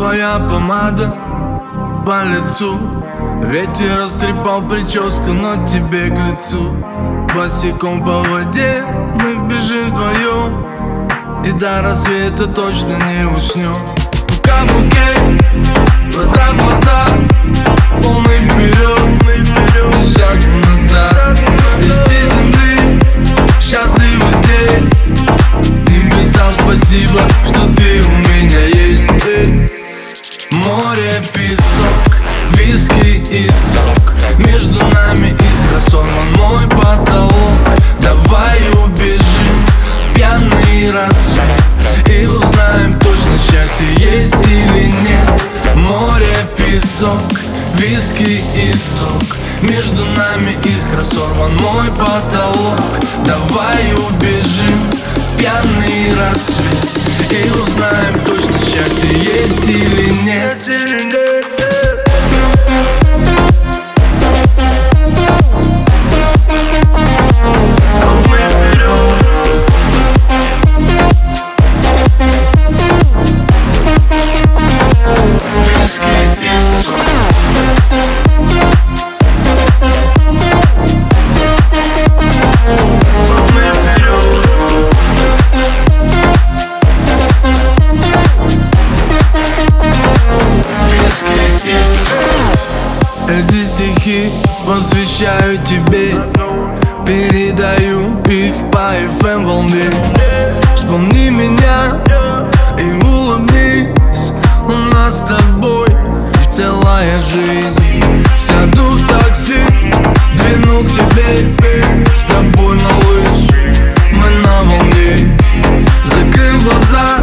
твоя помада по лицу. Ветер растрепал прическу, но тебе к лицу. Босиком по воде мы бежим вдвоем, и до рассвета точно не уснем. Рука в руке, глаза в глаза, полный вперед, ни шагу назад. Дети земли счастливы здесь, небесам спасибо, что ты у меня есть. Море, песок, виски и сок, между нами искра, сорван мой потолок. Давай убежим в пьяный рассвет и узнаем точно, счастье есть или нет. Море, песок, виски и сок, между нами искра, сорван мой потолок. Давай убежим в пьяный рассвет и узнаем точно, счастье есть или нет. Эти стихи посвящаю тебе, передаю их по FM волне. Вспомни меня и улыбнись, у нас с тобой целая жизнь. Сяду в такси, двину к тебе, с тобой, малыш, мы на волне. Закрыв глаза,